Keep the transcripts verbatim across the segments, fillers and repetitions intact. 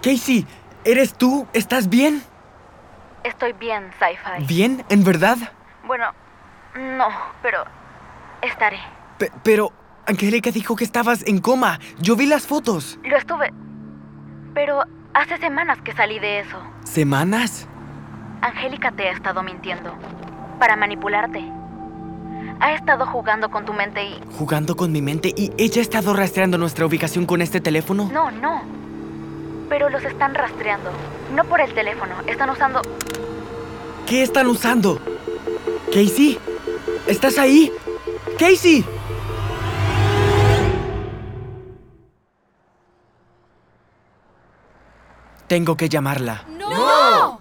Casey, ¿eres tú? ¿Estás bien? Estoy bien, Sci-Fi. ¿Bien? ¿En verdad? Bueno, no, pero estaré. Pe- pero Angélica dijo que estabas en coma. Yo vi las fotos. Lo estuve... Pero hace semanas que salí de eso. ¿Semanas? Angélica te ha estado mintiendo. Para manipularte. Ha estado jugando con tu mente y... ¿Jugando con mi mente? ¿Y ella ha estado rastreando nuestra ubicación con este teléfono? No, no. Pero los están rastreando. No por el teléfono. Están usando... ¿Qué están usando? ¿Casey? ¿Estás ahí? ¡Casey! Tengo que llamarla. ¡No!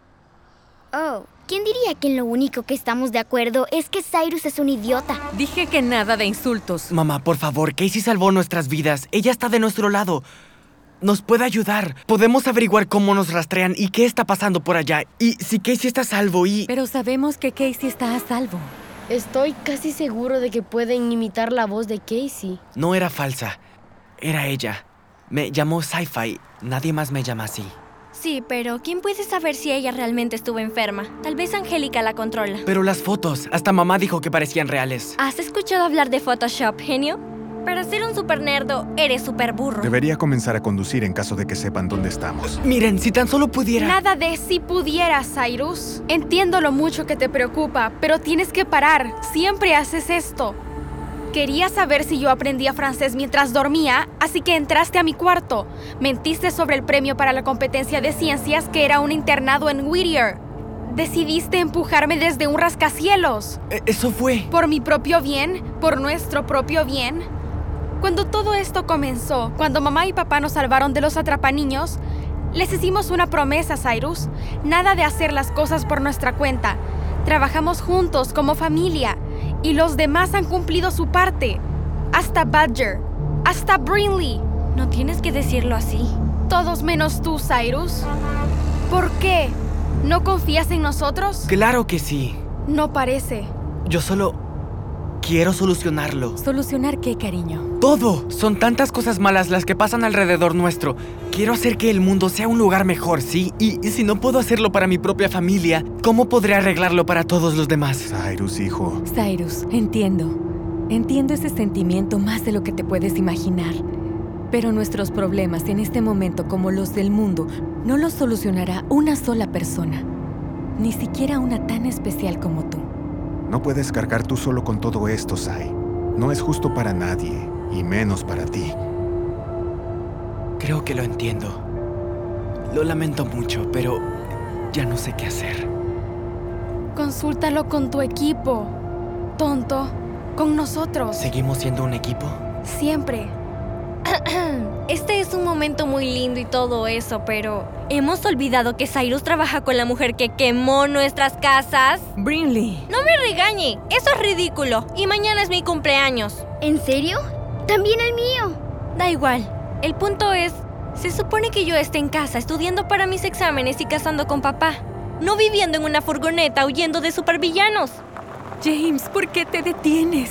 Oh, ¿quién diría que en lo único que estamos de acuerdo es que Cyrus es un idiota? Dije que nada de insultos. Mamá, por favor, Casey salvó nuestras vidas. Ella está de nuestro lado. Nos puede ayudar. Podemos averiguar cómo nos rastrean y qué está pasando por allá. Y si Casey está a salvo y... Pero sabemos que Casey está a salvo. Estoy casi seguro de que pueden imitar la voz de Casey. No era falsa. Era ella. Me llamó Sci-Fi. Nadie más me llama así. Sí, pero ¿quién puede saber si ella realmente estuvo enferma? Tal vez Angélica la controla. Pero las fotos, hasta mamá dijo que parecían reales. ¿Has escuchado hablar de Photoshop, genio? Para ser un super nerdo, eres super burro. Debería comenzar a conducir en caso de que sepan dónde estamos. Miren, si tan solo pudiera... Nada de si pudieras, Cyrus. Entiendo lo mucho que te preocupa, pero tienes que parar. Siempre haces esto. Querías saber si yo aprendía francés mientras dormía, así que entraste a mi cuarto. Mentiste sobre el premio para la competencia de ciencias, que era un internado en Whittier. Decidiste empujarme desde un rascacielos. E- Eso fue... ¿Por mi propio bien? ¿Por nuestro propio bien? Cuando todo esto comenzó, cuando mamá y papá nos salvaron de los atrapaniños, les hicimos una promesa, Cyrus. Nada de hacer las cosas por nuestra cuenta. Trabajamos juntos como familia. Y los demás han cumplido su parte. Hasta Badger. Hasta Brinley. No tienes que decirlo así. Todos menos tú, Cyrus. ¿Por qué? ¿No confías en nosotros? Claro que sí. No parece. Yo solo... quiero solucionarlo. ¿Solucionar qué, cariño? ¡Todo! Son tantas cosas malas las que pasan alrededor nuestro. Quiero hacer que el mundo sea un lugar mejor, ¿sí? Y, y si no puedo hacerlo para mi propia familia, ¿cómo podré arreglarlo para todos los demás? Cyrus, hijo. Cyrus, entiendo. Entiendo ese sentimiento más de lo que te puedes imaginar. Pero nuestros problemas en este momento, como los del mundo, no los solucionará una sola persona. Ni siquiera una tan especial como tú. No puedes cargar tú solo con todo esto, Sai. No es justo para nadie, y menos para ti. Creo que lo entiendo. Lo lamento mucho, pero ya no sé qué hacer. Consúltalo con tu equipo. Tonto, con nosotros. ¿Seguimos siendo un equipo? Siempre. Este es un momento muy lindo y todo eso, pero... ¿hemos olvidado que Cyrus trabaja con la mujer que quemó nuestras casas? Brinley. No me regañe, eso es ridículo. Y mañana es mi cumpleaños. ¿En serio? También el mío. Da igual. El punto es, se supone que yo esté en casa estudiando para mis exámenes y casando con papá. No viviendo en una furgoneta huyendo de supervillanos. James, ¿por qué te detienes?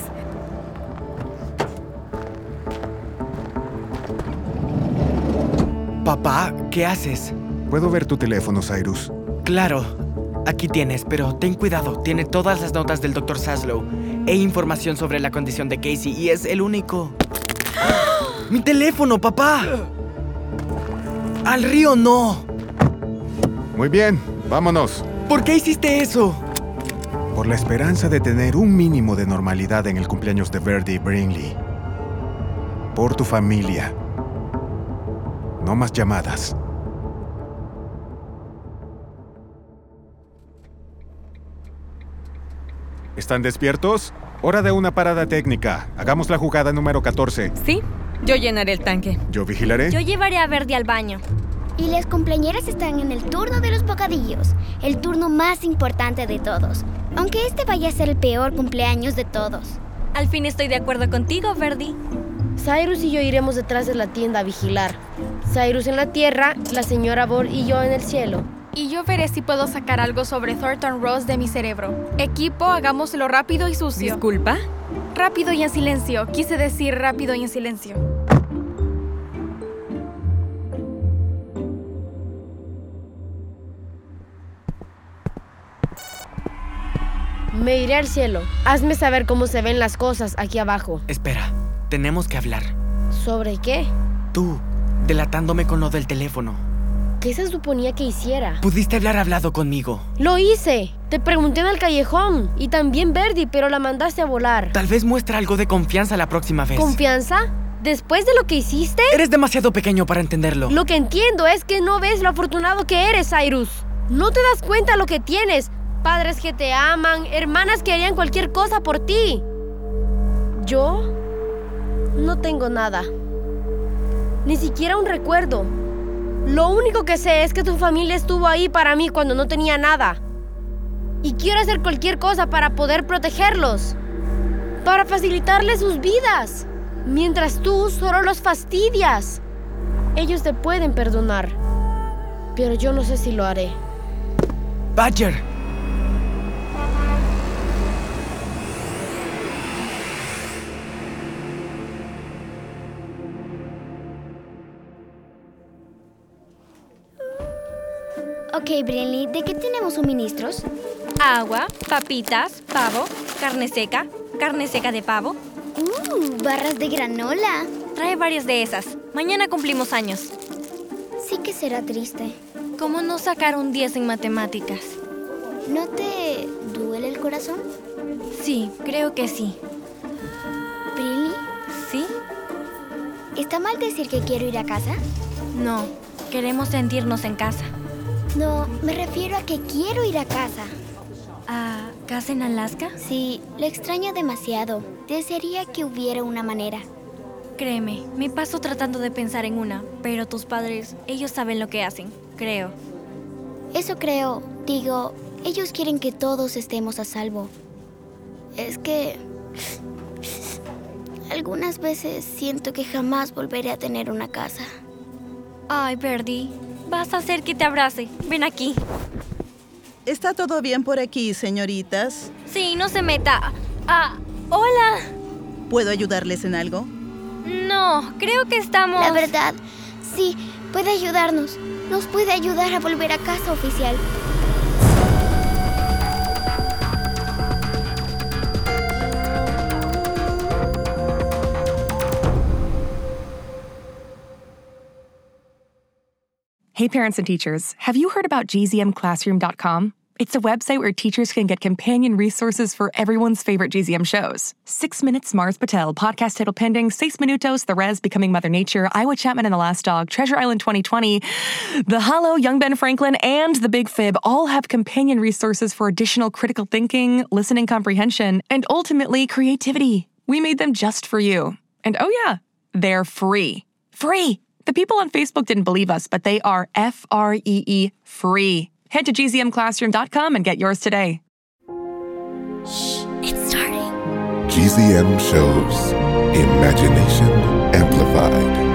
Papá, ¿qué haces? ¿Puedo ver tu teléfono, Cyrus? Claro, aquí tienes, pero ten cuidado. Tiene todas las notas del doctor Saslow e información sobre la condición de Casey y es el único... ¡Mi teléfono, papá! ¡Al río no! Muy bien, vámonos. ¿Por qué hiciste eso? Por la esperanza de tener un mínimo de normalidad en el cumpleaños de Verdi y Brinley. Por tu familia. No más llamadas. ¿Están despiertos? Hora de una parada técnica. Hagamos la jugada número catorce. Sí, yo llenaré el tanque. Yo vigilaré. Yo llevaré a Verdi al baño. Y las cumpleañeras están en el turno de los bocadillos, el turno más importante de todos, aunque este vaya a ser el peor cumpleaños de todos. Al fin estoy de acuerdo contigo, Verdi. Cyrus y yo iremos detrás de la tienda a vigilar. Cyrus en la tierra, la señora Bor y yo en el cielo. Y yo veré si puedo sacar algo sobre Thornton Ross de mi cerebro. Equipo, hagámoslo rápido y sucio. ¿Disculpa? Rápido y en silencio. Quise decir rápido y en silencio. Me iré al cielo. Hazme saber cómo se ven las cosas aquí abajo. Espera, tenemos que hablar. ¿Sobre qué? Tú, delatándome con lo del teléfono. ¿Qué se suponía que hiciera? Pudiste haber hablado conmigo. ¡Lo hice! Te pregunté en el callejón. Y también Verdi, pero la mandaste a volar. Tal vez muestra algo de confianza la próxima vez. ¿Confianza? ¿Después de lo que hiciste? Eres demasiado pequeño para entenderlo. Lo que entiendo es que no ves lo afortunado que eres, Cyrus. No te das cuenta lo que tienes. Padres que te aman, hermanas que harían cualquier cosa por ti. Yo no tengo nada. Ni siquiera un recuerdo. Lo único que sé es que tu familia estuvo ahí para mí cuando no tenía nada. Y quiero hacer cualquier cosa para poder protegerlos. Para facilitarles sus vidas. Mientras tú solo los fastidias. Ellos te pueden perdonar. Pero yo no sé si lo haré. Badger. Ok, Brinley, ¿de qué tenemos suministros? Agua, papitas, pavo, carne seca, carne seca de pavo. Uh, barras de granola. Trae varias de esas. Mañana cumplimos años. Sí que será triste. ¿Cómo no sacar un diez en matemáticas? ¿No te duele el corazón? Sí, creo que sí. ¿Brinley? ¿Sí? ¿Está mal decir que quiero ir a casa? No, queremos sentirnos en casa. No, me refiero a que quiero ir a casa. ¿A casa en Alaska? Sí, lo extraño demasiado. Desearía que hubiera una manera. Créeme, me paso tratando de pensar en una, pero tus padres, ellos saben lo que hacen, creo. Eso creo. Digo, ellos quieren que todos estemos a salvo. Es que... algunas veces siento que jamás volveré a tener una casa. Ay, Verdi, vas a hacer que te abrace. Ven aquí. ¿Está todo bien por aquí, señoritas? Sí, no se meta. Ah, hola. ¿Puedo ayudarles en algo? No, creo que estamos... La verdad, sí, puede ayudarnos. Nos puede ayudar a volver a casa, oficial. Hey parents and teachers, have you heard about G Z M Classroom dot com? It's a website where teachers can get companion resources for everyone's favorite G Z M shows. Six Minutes, Mars Patel, Podcast Title Pending, Seis Minutos, The Res, Becoming Mother Nature, Iowa Chapman and the Last Dog, Treasure Island twenty twenty, The Hollow, Young Ben Franklin, and The Big Fib all have companion resources for additional critical thinking, listening comprehension, and ultimately creativity. We made them just for you. And oh yeah, they're free. Free! The people on Facebook didn't believe us, but they are F R E E free. Head to G Z M Classroom dot com and get yours today. Shh, it's starting. G Z M shows Imagination Amplified.